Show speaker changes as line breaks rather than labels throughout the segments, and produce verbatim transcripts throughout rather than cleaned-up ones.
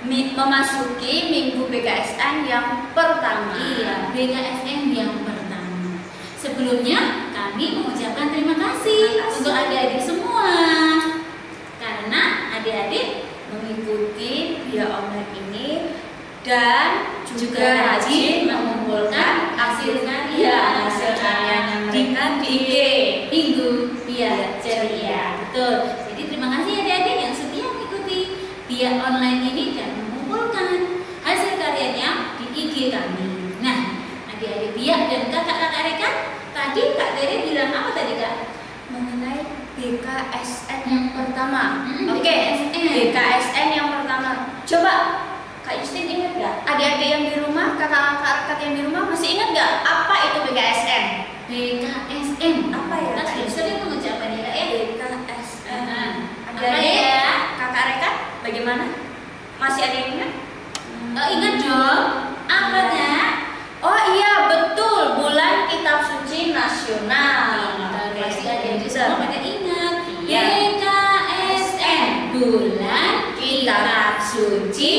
memasuki Minggu B K S N yang pertama.
Iya, B K S N yang pertama. Sebelumnya kami mengucapkan terima kasih, terima kasih untuk adik-adik semua karena adik-adik mengikuti via online ini dan juga rajin mengumpulkan hasil karya hasil karyanya mereka di Minggu Biak Ceria. Betul. Jadi terima kasih adik-adik yang setia mengikuti via online ini dan mengumpulkan hasil karyanya di I G kami. Nah, adik-adik Biak dan kakak-kakak Reka, tadi Kak Tere bilang apa tadi Kak?
Mengenai B K S N yang pertama.
Hmm,
Oke, okay. B K S N yang pertama. Coba Kak Justin ingat gak? Adik-adik yang di rumah, kakak-kakak yang di rumah masih ingat gak apa itu B K S N?
B K S N
apa ya?
Kita sudah sering mengucapkan ya Kak ya?
B K S N.
Uh,
Adik-adik ya, kakak Reka, bagaimana? Masih ada yang ingat?
Hmm. Oh, ingat dong. Apanya?
Oh iya betul, bulan Kitab Suci Nasional.
Pasti adik-adik semua pada ingat.
Iya.
B K S N, bulan Kitab Suci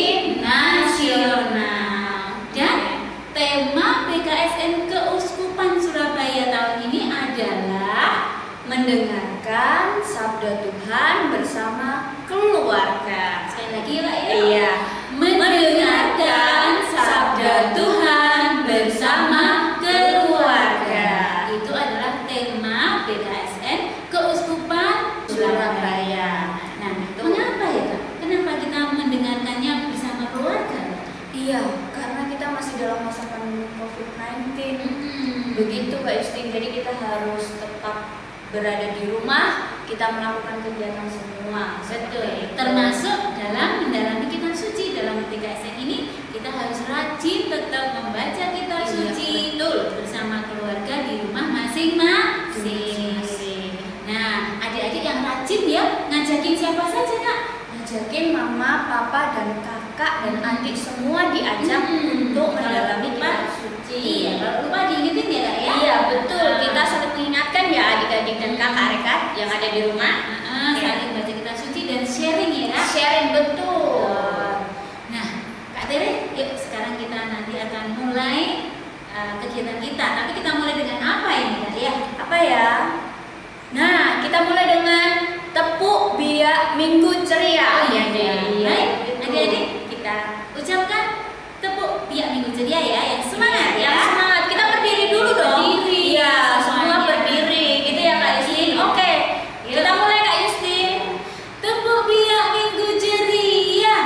Nasional. Dan tema B K S N Keuskupan Surabaya tahun ini adalah
mendengarkan sabda Tuhan bersama keluarga.
Sekali lagi ya Kak ya.
Iya.
Mendengarkan sabda Tuhan bersama keluarga. Itu adalah tema B K S N Keuskupan Surabaya. Nah, mengapa ya Kak? Kenapa kita mendengarkannya bersama keluarga?
Iya, karena kita masih dalam masa pandemi COVID sembilan belas.
Hmm.
Begitu Kak Justin, jadi kita harus tetap berada di rumah, kita melakukan kegiatan semua.
Betul. Termasuk dalam mendalami kitab suci. Dalam B K S N ini kita harus rajin tetap membaca kitab
Iya,
suci
betul.
bersama keluarga di rumah masing-masing. Nah, adik-adik yang rajin ya, ngajakin siapa saja Kak?
Ngajakin mama, papa, dan kakak dan adik semua diajak
Hmm.
untuk
Kalau
mendalami
lupa,
kitab suci.
Iya, kalau lupa diingetin ya Kak ya.
Iya betul,
Nah.
kita saling mengingatkan ya adik-adik dan kakak Reka yang ada di rumah.
Nah, saling baca kitab suci dan sharing ya Kak.
Sharing betul.
Nah, Kak Tere, yuk sekarang kita nanti akan mulai uh, kegiatan kita. Tapi kita mulai dengan apa ini Kak ya?
Apa ya? Nah, kita mulai dengan tepuk biak Minggu Ceria.
Iya,
iya.
Baik,
Betul.
adik-adik kita ucapkan tepuk biak Minggu Ceria ya, yang semangat ya.
Yang semangat. Kita berdiri dulu dong.
Berdiri.
Iya, semua
Semuanya.
berdiri. Gitu ya Kak Justin. Oke.
Yuk.
Kita mulai Kak Justin.
Tepuk biak Minggu Ceria.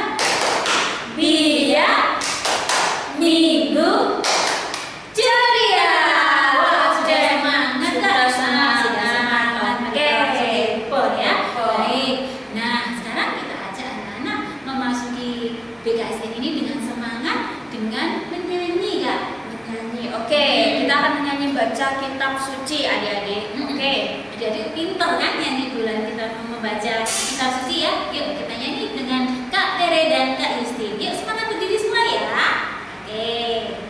Biak Minggu Ceria.
Wah, sudah semangat Kak.
Sudah semangat.
Sudah semangat.
Oke.
Support ya.
Support.
Baik. Nah, sekarang kita ajak anak-anak memasuki B K S N ini dengan semangat dengan menyanyi Kak.
Menyanyi. Oke, kita akan menyanyi baca kitab suci adik-adik. Oke.
Adik-adik pintar kan nyanyi bulan kita membaca kitab suci ya. Yuk kita nyanyi dengan Kak Tere dan Kak Yusti. Yuk semangat berdiri semua ya. Oke.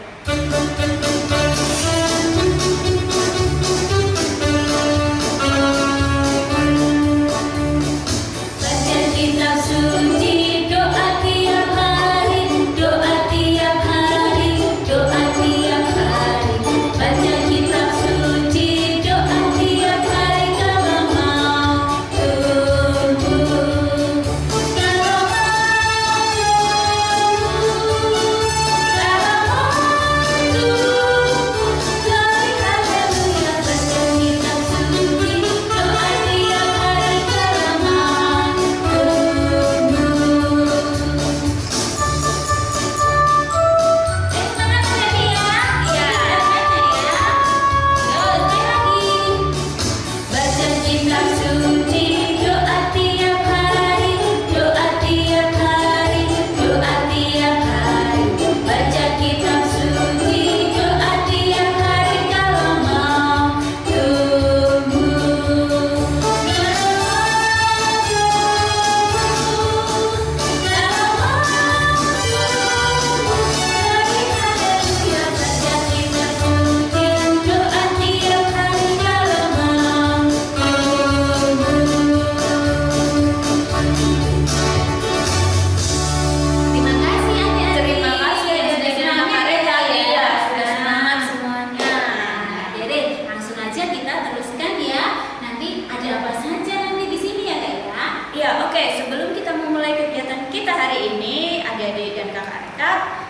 Baca kitab suci, doa tiap hari, doa tiap hari, doa tiap hari. Baca kitab suci, doa tiap hari kalau mau tumbuh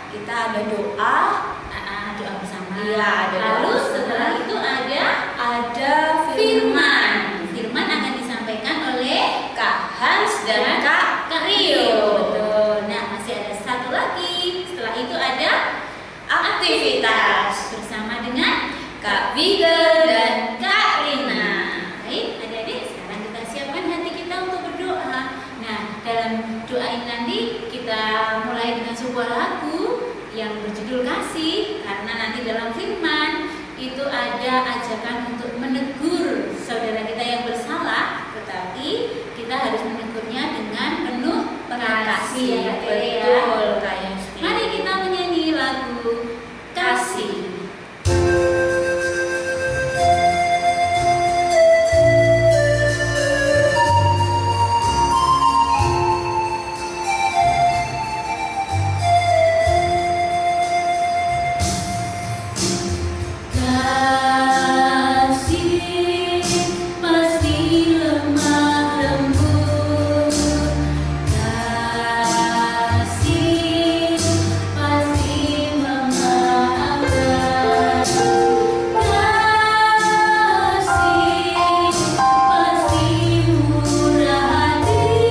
kita ada doa,
Ah, doa bersama.
Iya, ada doa
Lalu
bersama.
setelah itu ada
ada
firman. Firman akan disampaikan oleh
Kak Hans dan Kak
Kak
Rio.
Betul. Nah, masih ada satu lagi. Setelah itu ada
Aktivitas
bersama dengan
Kak Vigel dan Kak Rina.
Baik, adik-adik, sekarang kita siapkan hati kita untuk berdoa. Nah, dalam doa ini nanti kita mulai dengan sebuah lagu yang berjudul Kasih, karena nanti dalam firman itu ada ajakan untuk menegur saudara kita yang bersalah, tetapi kita harus menegurnya dengan penuh kasih. Ya, Kak Dea, ya.
Betul, Kak Yusti.
Mari kita menyanyi lagu Kasih. Kasih pasti lemah lembut, kasih pasti memaafkan, kasih pasti murah hati,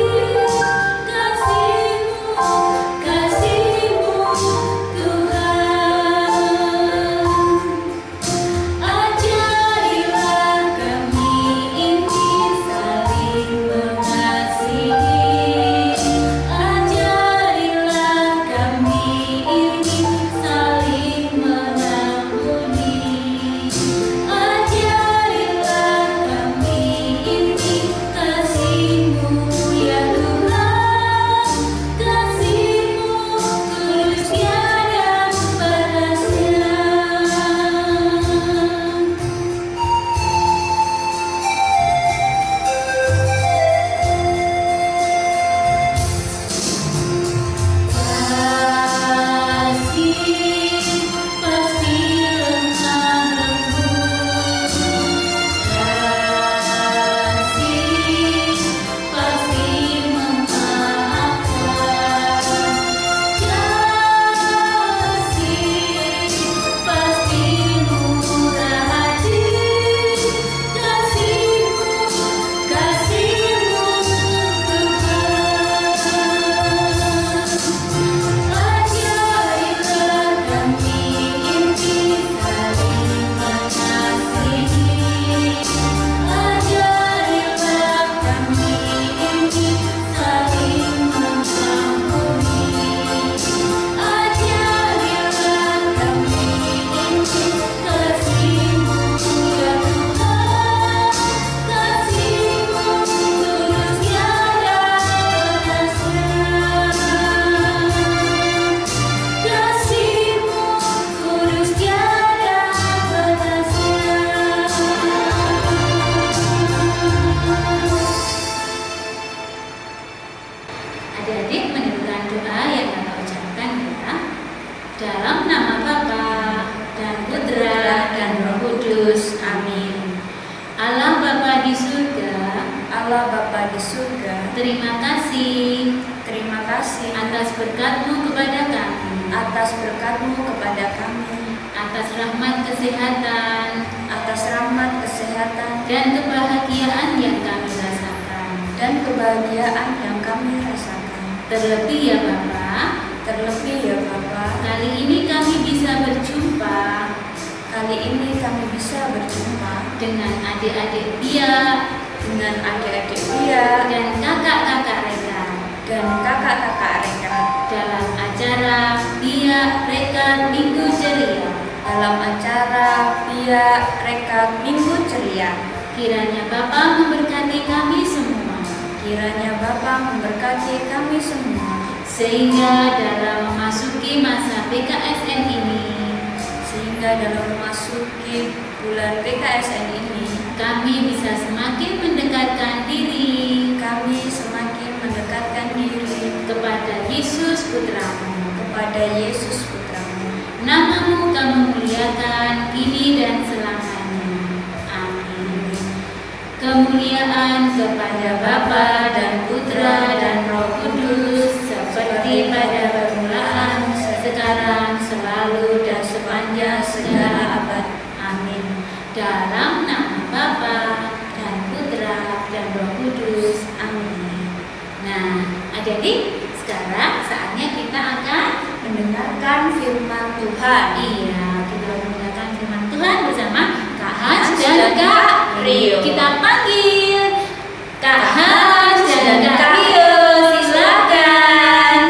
kasih-Mu, kasih-Mu Tuhan. Ajarilah kami ini saling mengasihi, ajarilah kami ini saling mengampuni, ajarilah kami ini kasih-Mu ya Tuhan, kasih-Mu tulus tiada batasnya. Kasih pasti lemah lembut, kasih pasti memaafkan, kasih pasti murah hati, kasih-Mu, kasih-Mu Tuhan. Ajarilah kami ini saling mengasihi, ajarilah kami ini saling mengampuni, ajarilah kami ini kasih-Mu ya Tuhan, kasih-Mu tulus tiada batasnya. Kasih-Mu kudus tiada batasnya. Adik-adik menirukan doa yang Kakak ucapkan ya. Dalam nama Bapa dan Putra dan Roh Kudus. Amin. Allah Bapa di surga,
Allah Bapa di surga,
terima kasih
terima kasih
atas berkat-Mu kepada kami,
atas berkat-Mu kepada kami,
atas rahmat kesehatan
atas rahmat kesehatan
dan kebahagiaan yang kami rasakan.
dan kebahagiaan yang kami rasakan.
Terlebih ya Bapa,
Terlebih ya Bapa,
kali ini kami bisa berjumpa
kali ini kami bisa berjumpa
dengan adik-adik Pia
dengan adik-adik Pia
dan kakak-kakak Reka
dan kakak-kakak Reka
dalam acara Pia Reka Minggu Ceria.
dalam acara Pia Reka Minggu Ceria.
Kiranya Bapa memberkati kami semua,
Kiranya Bapa memberkati kami semua,
sehingga dalam memasuki masa P K S N ini
sehingga dalam memasuki bulan P K S N ini
kami bisa semakin mendekatkan diri
kami semakin mendekatkan diri
kepada Yesus Putra-Mu.
kepada Yesus Putra-Mu.
Nama-Mu kami muliakan kini dan selamanya. Amin. Kemuliaan kepada Bapa dan Putra dan Roh Kudus, seperti pada permulaan, sekarang Adik-adik, sekarang saatnya kita akan
Mendengarkan firman Tuhan.
Iya, kita mendengarkan firman Tuhan bersama Kak Hans dan Kak Rio. Kita panggil Kak Hans dan Kak Rio, silakan.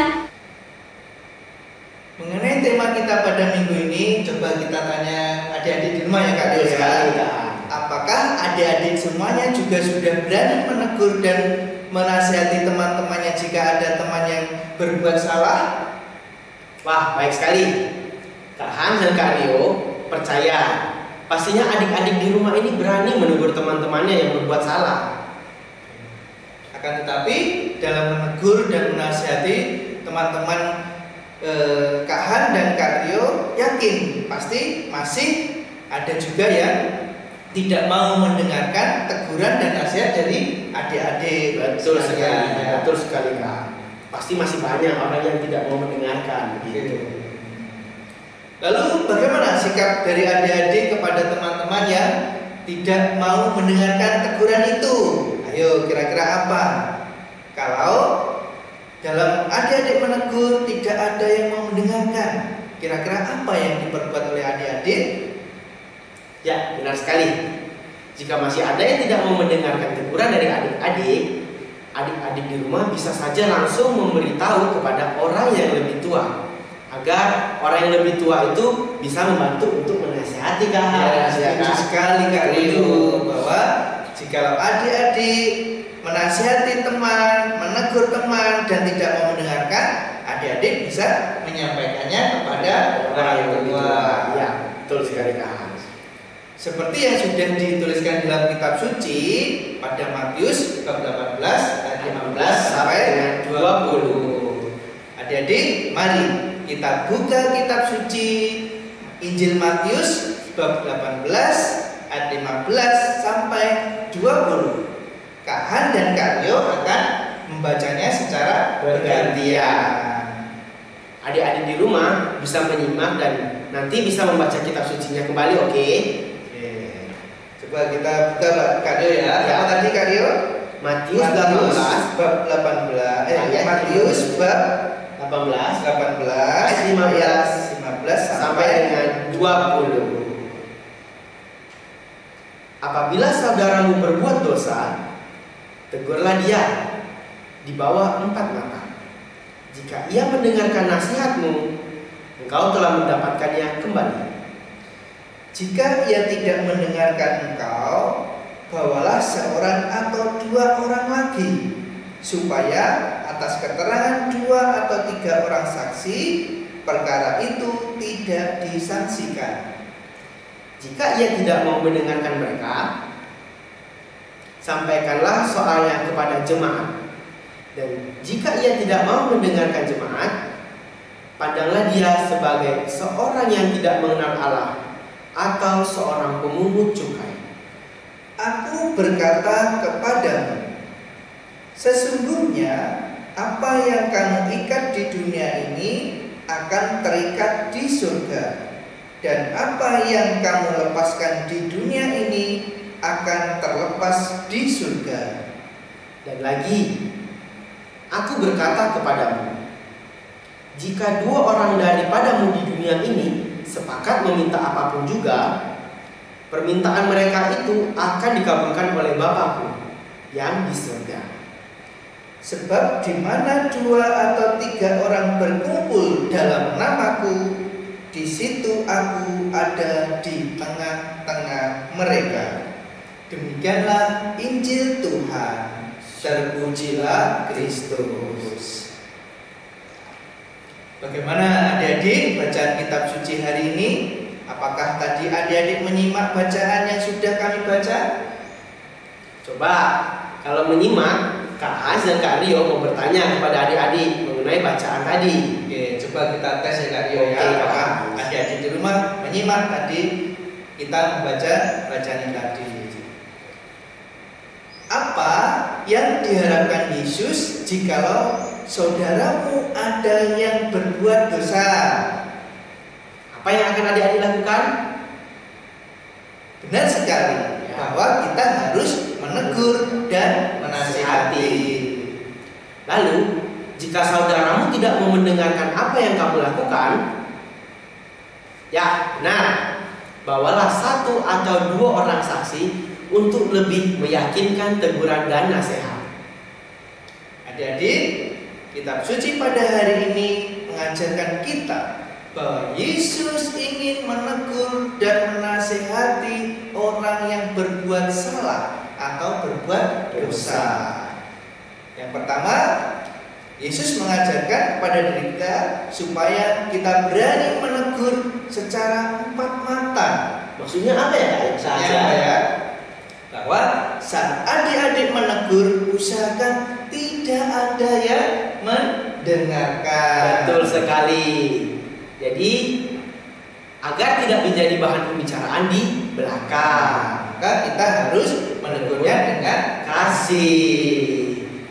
Mengenai tema kita pada minggu ini, coba kita tanya adik-adik di rumah ya Kak Rio ya. Apakah adik-adik semuanya juga sudah berani menegur dan menasihati teman-temannya jika ada teman yang berbuat salah?
Wah, baik sekali. Kak Hans dan Kak Rio percaya pastinya adik-adik di rumah ini berani menegur teman-temannya yang berbuat salah.
Akan tetapi dalam menegur dan menasihati teman-teman eh, Kak Han dan Kak Rio, yakin pasti masih ada juga yang tidak mau mendengarkan teguran dan nasihat dari adik-adik.
Betul sekali,
ya.
betul sekali Kak. Pasti masih banyak orang yang tidak mau mendengarkan. Gitu.
Lalu bagaimana sikap dari adik-adik kepada teman-teman yang tidak mau mendengarkan teguran itu? Ayo, kira-kira apa? Kalau dalam adik-adik menegur tidak ada yang mau mendengarkan, kira-kira apa yang diperbuat oleh adik-adik?
Ya, benar sekali. Jika masih ada yang tidak mau mendengarkan teguran dari adik-adik, adik-adik di rumah bisa saja langsung memberitahu kepada orang yang lebih tua, agar orang yang lebih tua itu bisa membantu untuk menasihati Kak Hans.
Ya, setuju sekali Kak Rio, bahwa jikalau adik-adik menasihati teman, menegur teman dan tidak mau mendengarkan, adik-adik bisa menyampaikannya kepada orang yang lebih tua.
Ya, betul sekali Kak Hans.
Seperti yang sudah dituliskan dalam kitab suci pada Matius bab delapan belas ayat lima belas sampai dua puluh. Adik-adik, mari kita buka kitab suci Injil Matius bab delapan belas ayat lima belas sampai dua puluh. Kak Han dan Kak Rio akan membacanya secara bergantian.
Adik-adik di rumah bisa menyimak dan nanti bisa membaca kitab sucinya kembali, oke? Okay?
Coba kita buka Kak Rio ya.
Ya.
Apa tadi Kak Rio?
Matius delapan belas
bab delapan belas. Eh,
Ayat
Matius bab
delapan belas
delapan belas
ayat lima belas
lima belas
sampai dengan dua puluh. Apabila saudaramu berbuat dosa, tegurlah dia di bawah empat mata. Jika ia mendengarkan nasihatmu, engkau telah mendapatkannya kembali.
Jika ia tidak mendengarkan engkau, bawalah seorang atau dua orang lagi, supaya atas keterangan dua atau tiga orang saksi, perkara itu tidak disangsikan.
Jika ia tidak mau mendengarkan mereka, sampaikanlah soalnya kepada jemaat. Dan jika ia tidak mau mendengarkan jemaat, pandanglah dia sebagai seorang yang tidak mengenal Allah atau seorang pemungut cukai.
Aku berkata kepadamu, sesungguhnya apa yang kamu ikat di dunia ini akan terikat di surga, dan apa yang kamu lepaskan di dunia ini akan terlepas di surga.
Dan lagi, aku berkata kepadamu, jika dua orang daripadamu di dunia ini sepakat meminta apapun juga, permintaan mereka itu akan dikabulkan oleh Bapakku yang di surga.
Sebab di mana dua atau tiga orang berkumpul dalam namaku, di situ aku ada di tengah-tengah mereka. Demikianlah Injil Tuhan. Terpujilah Kristus. Bagaimana adik-adik bacaan kitab suci hari ini? Apakah tadi adik-adik menyimak bacaan yang sudah kami baca?
Coba kalau menyimak, Kak Hans dan Kak Rio mau bertanya kepada adik-adik mengenai bacaan tadi.
Oke, coba kita tes ya Kak Rio ya.
Oke,
Apakah
Kak.
adik-adik di rumah menyimak tadi kita membaca bacaan yang tadi? Apa yang diharapkan Yesus jikalau saudaramu ada yang berbuat dosa?
Apa yang akan adik-adik lakukan?
Benar sekali,
Ya.
bahwa kita harus menegur dan menasihati.
Lalu, jika saudaramu tidak mau mendengarkan apa yang kamu lakukan, ya benar, bawalah satu atau dua orang saksi untuk lebih meyakinkan teguran dan nasihat.
Adik-adik, kitab suci pada hari ini mengajarkan kita bahwa Yesus ingin menegur dan menasihati orang yang berbuat salah atau berbuat dosa. Yang pertama, Yesus mengajarkan kepada diri kita supaya kita berani menegur secara empat mata.
Maksudnya apa ya?
Maksudnya apa ya? Bahwa saat adik-adik menegur, usahakan tidak ada yang mendengarkan.
Betul sekali. Jadi agar tidak menjadi bahan pembicaraan di belakang,
maka kita harus menegurnya dengan kasih.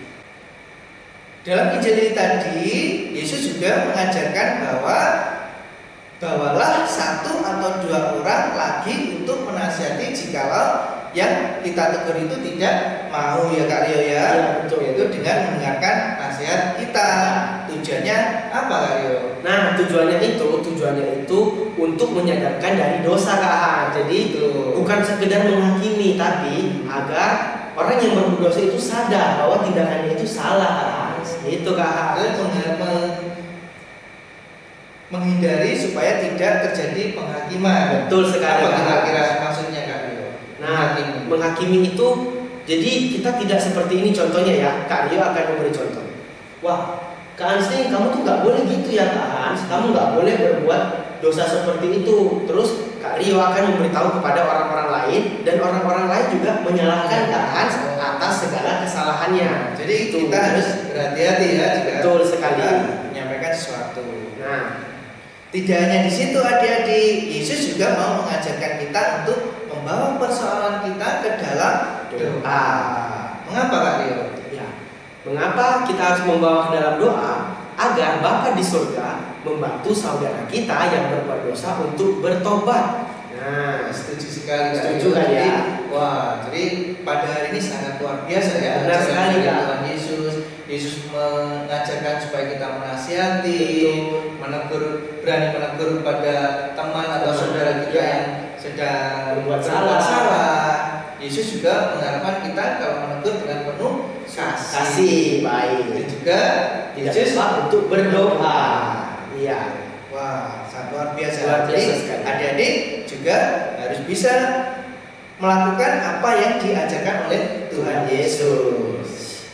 Dalam Injil tadi, Yesus juga mengajarkan bahwa bawalah satu atau dua orang lagi untuk menasihati jikalau yang kita tegur itu tidak mau, ya Kak Rio ya,
ya betul.
Yaitu dengan mendengarkan nasihat kita. Tujuannya apa Kak Rio?
Nah, tujuannya itu tujuannya itu untuk menyadarkan dari dosa, Kak. Jadi itu bukan sekedar menghakimi, tapi agar orang yang berbuat dosa itu sadar bahwa tindakannya itu salah, Kak. Itu, Kak.
Menghindari supaya tidak terjadi penghakiman.
Betul sekali.
Apa kira-kira maksudnya Kak Rio?
Nah, menghakimi. menghakimi itu jadi kita tidak seperti ini contohnya ya. Kak Rio akan memberi contoh. Wah, Kak Ansling, kamu tuh nggak boleh gitu ya Kak Hans. Kamu nggak boleh berbuat dosa seperti itu. Terus Kak Rio akan memberitahu kepada orang-orang lain dan orang-orang lain juga menyalahkan Kak Hans atas segala kesalahannya.
Jadi
itu
kita harus berhati-hati ya jika
betul sekali
menyampaikan sesuatu.
Nah,
tidak hanya di situ adik-adik, Yesus juga mau mengajarkan kita untuk membawa persoalan kita ke dalam doa. Mengapa Kak Rio?
Ya, mengapa kita harus membawa ke dalam doa? Agar Bapa di surga membantu saudara kita yang berbuat dosa untuk bertobat. Nah,
setuju sekali.
Setuju kan ya?
Wah, jadi pada hari ini sangat luar biasa ya.
Benar sekali ya.
Tuhan Yesus, Yesus mengajarkan supaya kita menasihati, menegur, berani menegur pada teman atau saudara kita yang sedang
berbuat
salah.
salah.
Yesus juga mengharapkan kita kalau menegur dengan penuh kasih.
Kasih, baik.
Dan juga
tidak
Yesus
lupa untuk berdoa. Iya.
Wah, sangat luar biasa.
Luar biasa
Jadi
sekali.
adik-adik juga harus bisa melakukan apa yang diajarkan oleh Tuhan Yesus.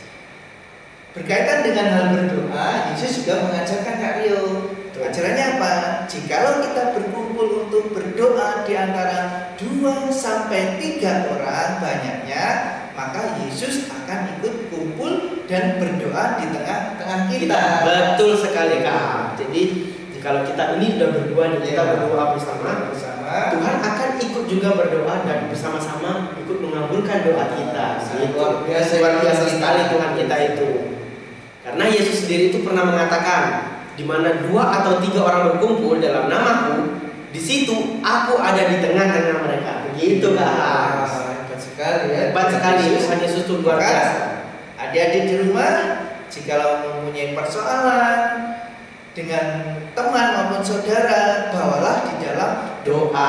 Berkaitan dengan hal berdoa, Yesus juga mengajarkan Kak Rio. Ajarannya apa? Jikalau kita berkumpul untuk berdoa di antara dua sampai tiga orang banyaknya, maka Yesus akan ikut kumpul dan berdoa di tengah-tengah kita.
Kita betul sekali Kak. Jadi kalau kita ini sudah berdua dan kita
Ya,
berdoa bersama,
bersama
Tuhan akan ikut juga berdoa dan bersama-sama ikut mengabulkan doa kita. Gitu.
Luar biasa,
Luar biasa sekali Tuhan kita itu. Karena Yesus sendiri itu pernah mengatakan, di mana dua atau tiga orang berkumpul dalam namaku, di situ aku ada di tengah-tengah mereka. Begitu Kak.
Hebat sekali ya.
Hebat sekali Tuhan Yesus itu luar biasa.
Adik-adik di rumah, jikalau mempunyai persoalan dengan teman maupun saudara, bawalah di dalam doa.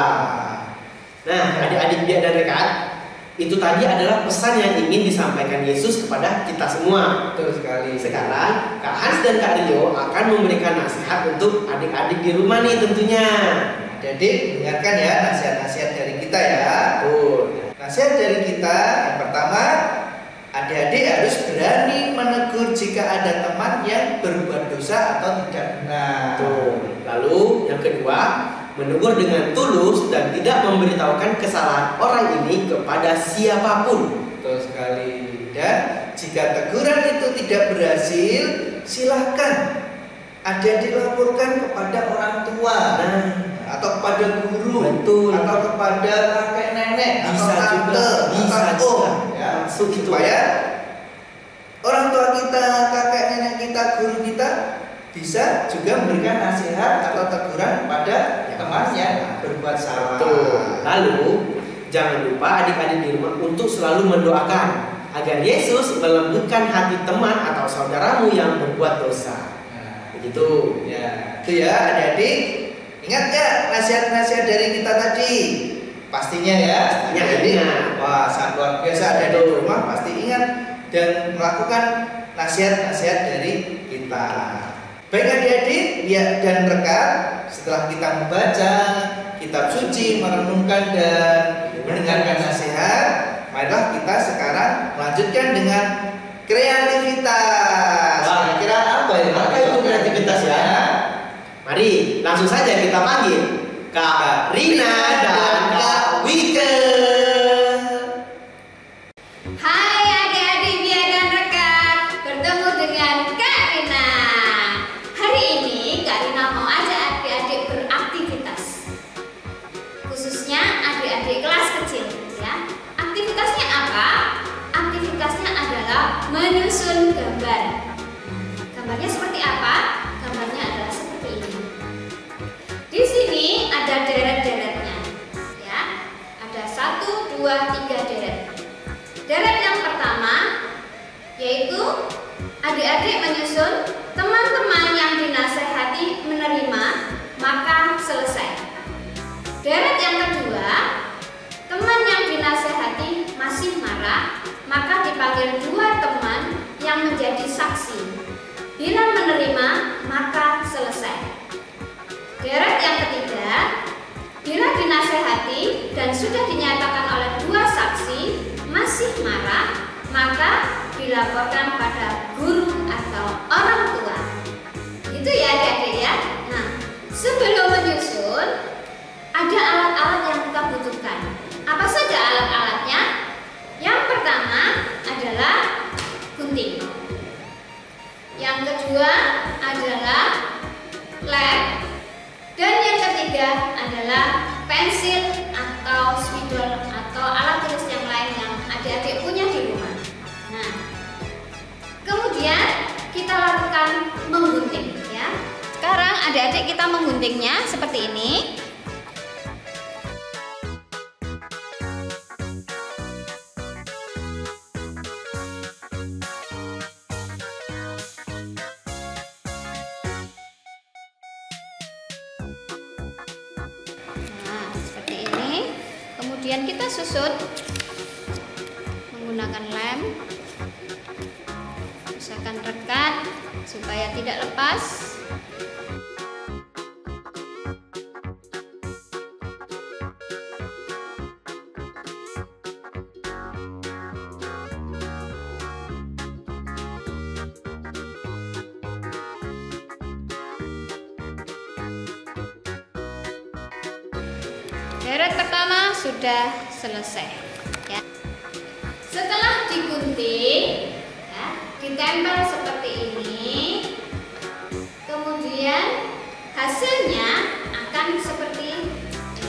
Nah, adik-adik dia dan rekan, itu tadi adalah pesan yang ingin disampaikan Yesus kepada kita semua.
Betul sekali.
Sekarang Kak Hans dan Kak Rio akan memberikan nasihat untuk adik-adik di rumah nih tentunya.
Adik-adik dengarkan ya nasihat-nasihat dari kita ya.
Betul.
Nasihat dari kita yang pertama, adik-adik harus berani menegur jika ada teman yang berbuat dosa atau tidak benar.
Betul. Lalu yang kedua, menegur dengan tulus dan tidak memberitahukan kesalahan orang ini kepada siapapun.
Betul sekali. Dan jika teguran itu tidak berhasil, silahkan adik-adik laporkan kepada orang tua.
Nah,
atau kepada guru,
betul,
atau kepada kakek nenek,
bisa
atau tante,
juga, bisa
atau om,
juga.
ya,
Masuk itu.
supaya orang tua kita, kakek nenek kita, guru kita bisa juga memberikan nasihat atau teguran pada
Ya,
teman yang berbuat salah.
Betul. Lalu jangan lupa adik-adik di rumah untuk selalu mendoakan agar Yesus melembutkan hati teman atau saudaramu yang berbuat dosa.
Nah,
Begitu.
ya, itu ya adik-adik. Ingat ya nasihat-nasihat dari kita tadi? Pastinya ya.
Pastinya
Jadi,
ingat.
wah sangat luar biasa ada di rumah pasti ingat dan melakukan nasihat-nasihat dari kita. Baik adik-adik ya, dan rekan, setelah kita membaca kitab suci, merenungkan dan mendengarkan nasihat, marilah kita sekarang melanjutkan dengan kreativitas.
Wah,
Kira-kira apa ya?
apa itu kreativitas ya? Mari langsung saja kita panggil Kak Rina dan Kak Wike.
Hai adik-adik Bia dan rekan, bertemu dengan Kak Rina. Hari ini Kak Rina mau ajak adik-adik beraktivitas, khususnya adik-adik kelas kecil ya. Aktivitasnya apa? Aktivitasnya adalah menyusun gambar. Gambarnya seperti apa? Gambarnya adalah seperti ini. Di sini ada deret-deretnya ya. Ada satu, dua, tiga deret. Deret yang pertama yaitu adik-adik menyusun teman-teman yang dinasehati menerima maka selesai. Deret yang kedua, teman yang dinasehati masih marah maka dipanggil dua teman yang menjadi saksi. Bila menerima maka selesai. Deret yang ketiga, bila dinasehati dan sudah dinyatakan oleh dua saksi masih marah, maka dilaporkan pada guru atau orang tua. Itu ya adik-adik ya. Nah, sebelum menyusun, ada alat-alat yang kita butuhkan. Apa saja alat-alatnya? Yang pertama adalah gunting. Yang kedua adalah lem. Dan yang ketiga adalah pensil atau spidol atau alat tulis yang lain yang adik-adik punya di rumah. Nah, kemudian kita lakukan menggunting ya. Sekarang adik-adik kita mengguntingnya seperti ini. Nah, seperti ini. Kemudian kita susun menggunakan lem, usahakan rekat supaya tidak lepas. Deret pertama sudah selesai ya. Setelah digunting ya, ditempel seperti ini, kemudian hasilnya akan seperti ini.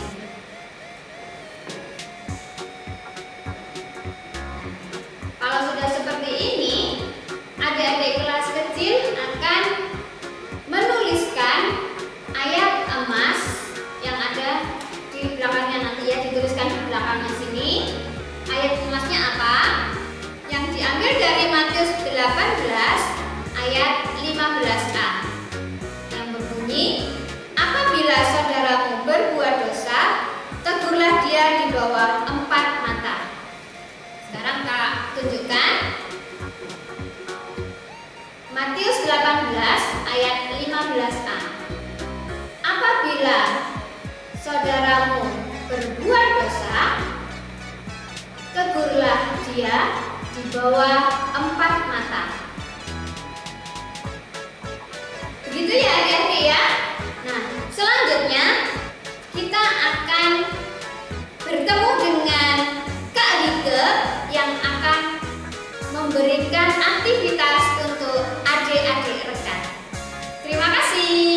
Kalau sudah seperti ini, adik-adik kelas kecil akan menuliskan ayat emas yang ada di belakangnya, nanti ya dituliskan di belakangnya sini. Ayat emasnya apa? Yang diambil dari Matius delapan belas ayat lima belas a yang berbunyi, apabila saudaramu berbuat dosa, tegurlah dia di bawah empat mata. Sekarang Kak tunjukkan Matius delapan belas ayat lima belas a. Apabila saudaramu berbuat dosa, tegurlah dia di bawah empat mata. Begitu ya adik-adik ya. Nah, selanjutnya kita akan bertemu dengan Kak Wike yang akan memberikan aktivitas untuk adik-adik rekan. Terima kasih.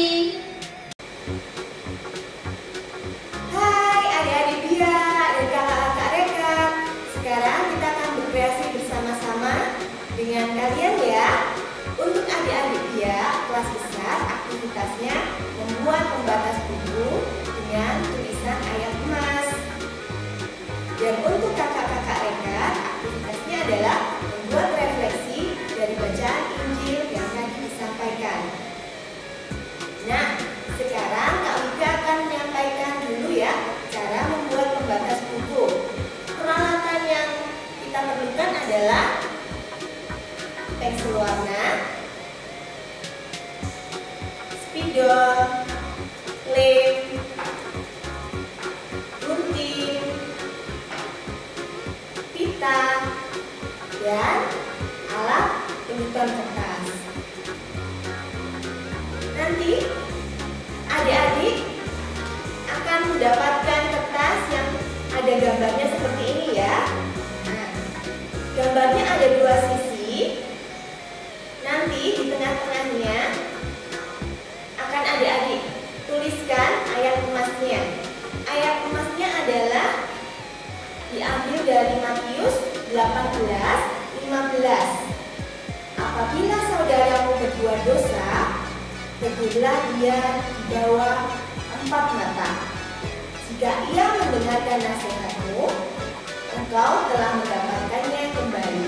Hai adik-adik Bia dan kakak-kakak rekan. Sekarang kita akan berkreasi bersama-sama dengan kalian ya. Untuk adik-adik Bia kelas besar, aktivitasnya membuat pembatas buku dengan tulisan ayat emas. Dan untuk kakak-kakak rekan, aktivitasnya adalah spidol, lem, gunting, pita, dan alat penyusun kertas. Nanti adik-adik akan mendapatkan kertas yang ada gambarnya seperti ini ya. Nah, gambarnya ada dua sisi. Nanti di tengah-tengahnya akan adik-adik tuliskan ayat emasnya. Ayat emasnya adalah diambil dari Matius delapan belas lima belas. Apabila saudaramu berbuat dosa, tegurlah dia di bawah empat mata. Jika ia mendengarkan nasihatmu, engkau telah mendapatkannya kembali.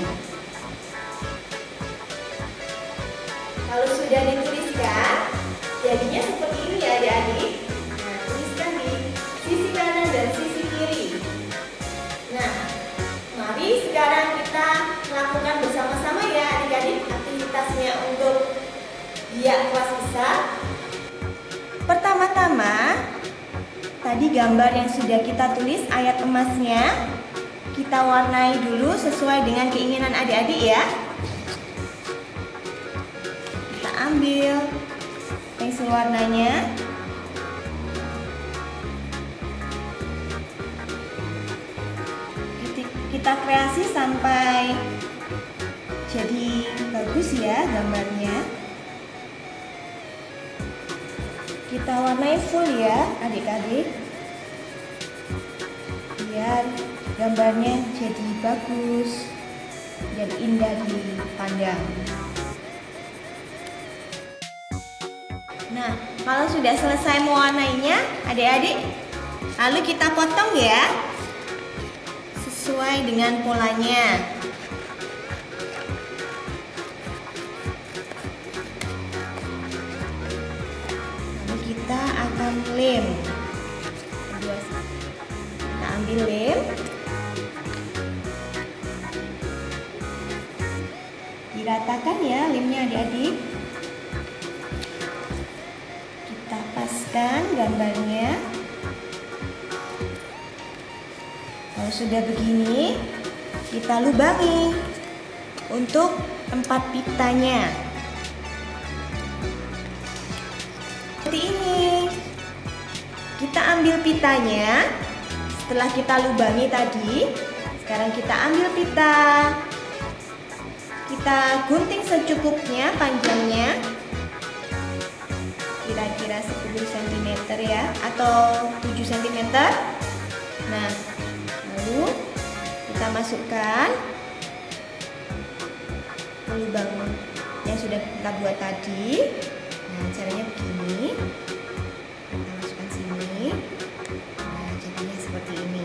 Kalau sudah dituliskan, jadinya seperti ini ya adik-adik. Nah, tuliskan di sisi kanan dan sisi kiri. Nah, mari sekarang kita lakukan bersama-sama ya adik-adik aktivitasnya untuk dia kelas besar. Pertama-tama, tadi gambar yang sudah kita tulis ayat emasnya, kita warnai dulu sesuai dengan keinginan adik-adik ya. Kita ambil pensil warnanya. Kita kreasi sampai jadi bagus ya gambarnya. Kita warnai full ya adik-adik, biar gambarnya jadi bagus dan indah dipandang. Nah, kalau sudah selesai mewarnainya adik-adik, lalu kita potong ya sesuai dengan polanya. Kita akan lem. Kita ambil lem. Diratakan ya lemnya adik-adik. Kita paskan gambarnya. Kalau sudah begini, kita lubangi untuk tempat pitanya. Seperti ini. Kita ambil pitanya. Setelah kita lubangi tadi, sekarang kita ambil pita. Kita gunting secukupnya panjangnya. Kira-kira sepuluh sentimeter ya, atau tujuh sentimeter. Nah, lalu kita masukkan ke lubang yang sudah kita buat tadi. Nah, caranya begini. Kita masukkan sini. Nah, jadinya seperti ini.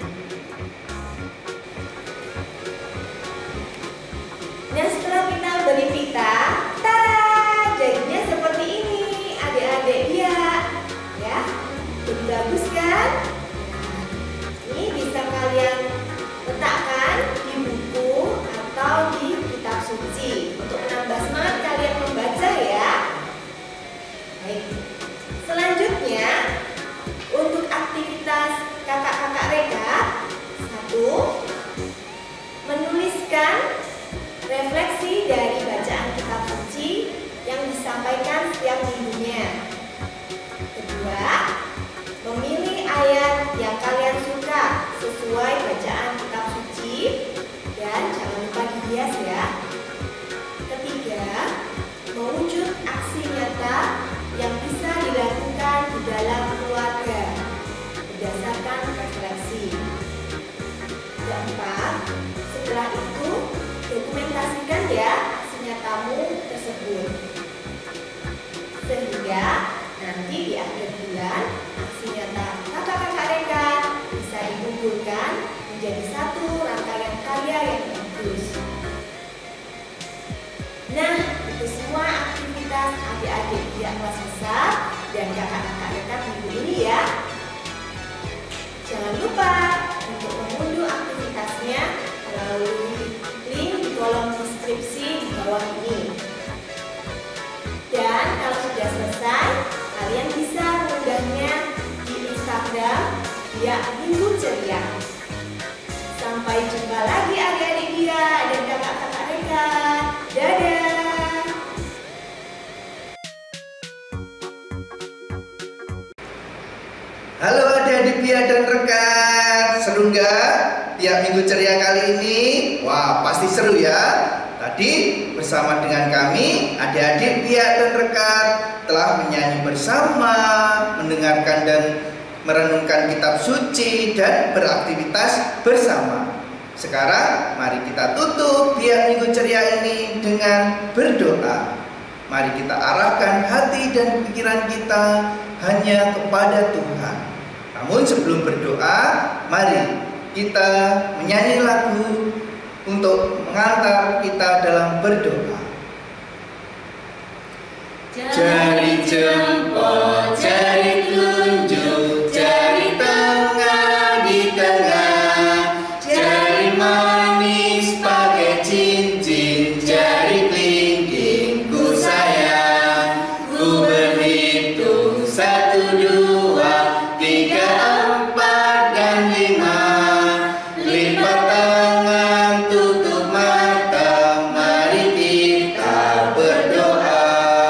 Nah, setelah kita beli pita, tada, jadinya seperti ini, adik-adik dia, ya, jadi bagus kan? Nah, ini bisa kalian letakkan di buku atau di kitab suci untuk menambah semangat kalian membaca ya. Baik. Selanjutnya untuk aktivitas kakak-kakak Reka, satu, menuliskan refleksi dari bacaan kitab suci yang disampaikan setiap minggunya. Kedua, memilih ayat yang kalian suka sesuai bacaan kitab suci dan jangan lupa dihias ya. Ketiga, mewujud aksi nyata yang bisa dilakukan di dalam keluarga berdasarkan refleksi. Keempat, setelah itu dokumentasikan ya aksi nyatamu tersebut, sehingga nanti di akhir bulan aksi nyata kakak-kakak Reka bisa dikumpulkan menjadi satu rangkaian karya yang bagus. Nah, itu semua aktivitas adik-adik di kelas besar dan kakak-kakak Reka minggu ini ya. Jangan lupa untuk mengunduh aktivitasnya melalui link di kolom deskripsi di bawah ini. Dan kalau sudah selesai, kalian Biak Minggu Ceria. Sampai jumpa lagi adik-adik Biak dan kakak-kakak rekan. Dadah.
Halo adik-adik Biak dan rekan, seru nggak Biak Minggu Ceria kali ini? Wah, pasti seru ya. Tadi bersama dengan kami, adik-adik Biak dan rekan telah menyanyi bersama, mendengarkan dan merenungkan kitab suci dan beraktivitas bersama. Sekarang mari kita tutup Biak Minggu Ceria ini dengan berdoa. Mari kita arahkan hati dan pikiran kita hanya kepada Tuhan. Namun sebelum berdoa, mari kita menyanyi lagu untuk mengantar kita dalam berdoa. Jari jempol, jari telunjuk, jari tengah di tengah, jari manis pakai cincin, jari kelingking ku sayang. Ku berhitung satu, dua, tiga, empat, dan lima. Lipat tangan, tutup mata, mari kita berdoa.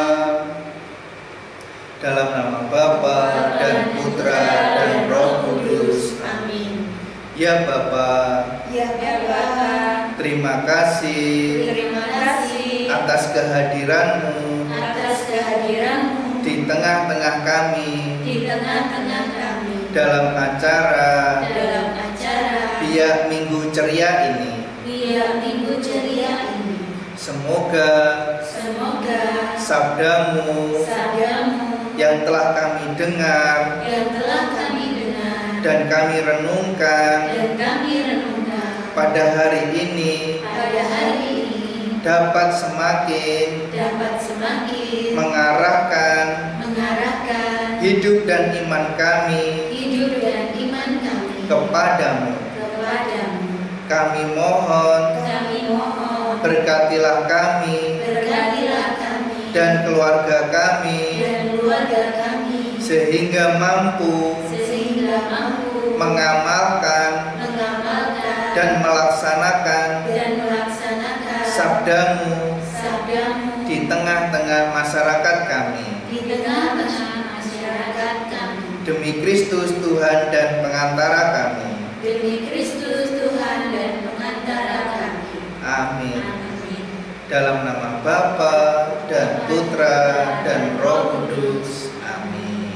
Dalam nama Bapa dan Putra dan Roh Kudus.
Amin.
Ya Bapa,
Ya Bapa,
terima kasih
Terima kasih
atas kehadiran-Mu
atas kehadiran-Mu
di tengah-tengah kami
di tengah-tengah kami
dalam acara
dalam acara
Biak Minggu Ceria ini.
Biak Minggu Ceria ini.
Semoga
Semoga
sabda-Mu
sabda-Mu
yang telah kami dengar
yang telah kami dengar
dan kami renungkan
dan kami renungkan
pada hari ini
pada hari ini
dapat semakin
dapat semakin
mengarahkan
mengarahkan
hidup dan iman kami
hidup dan iman kami
kepadamu.
kepadamu.
Kami mohon,
Kami mohon
berkatilah kami
berkatilah kami
dan keluarga kami
dan keluarga kami
sehingga mampu
sehingga mampu
mengamalkan
mengamalkan
dan melaksanakan
dan melaksanakan
sabda-Mu
sabda-Mu
di tengah-tengah masyarakat kami.
di tengah-tengah masyarakat kami.
Demi Kristus Tuhan dan pengantara kami.
Demi Kristus Tuhan dan pengantara kami.
Amin.
Amin.
Dalam nama Bapa dan Putra dan Roh Kudus. Amin.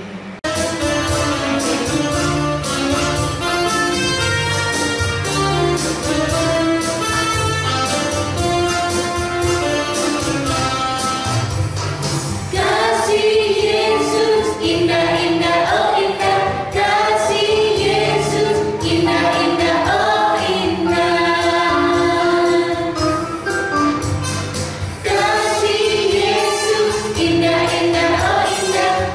Kasih Yesus indah-indah, oh indah. Kasih Yesus indah-indah, oh indah. Kasih Yesus indah-indah, oh indah.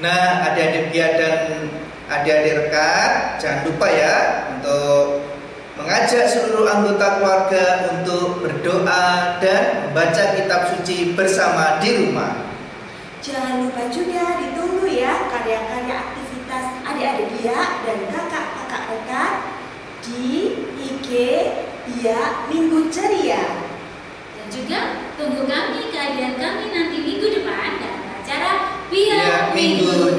Nah, adik-adik Bia dan adik-adik rekan, jangan lupa ya untuk mengajak seluruh anggota keluarga untuk berdoa dan membaca kitab suci bersama di rumah.
Jangan lupa juga ditunggu ya karya-karya aktivitas adik-adik Bia dan kakak-kakak rekan di I G Bia Minggu Ceria.
Dan juga tunggu kami kehadiran kami nanti minggu depan dalam acara Bia
Ya, Minggu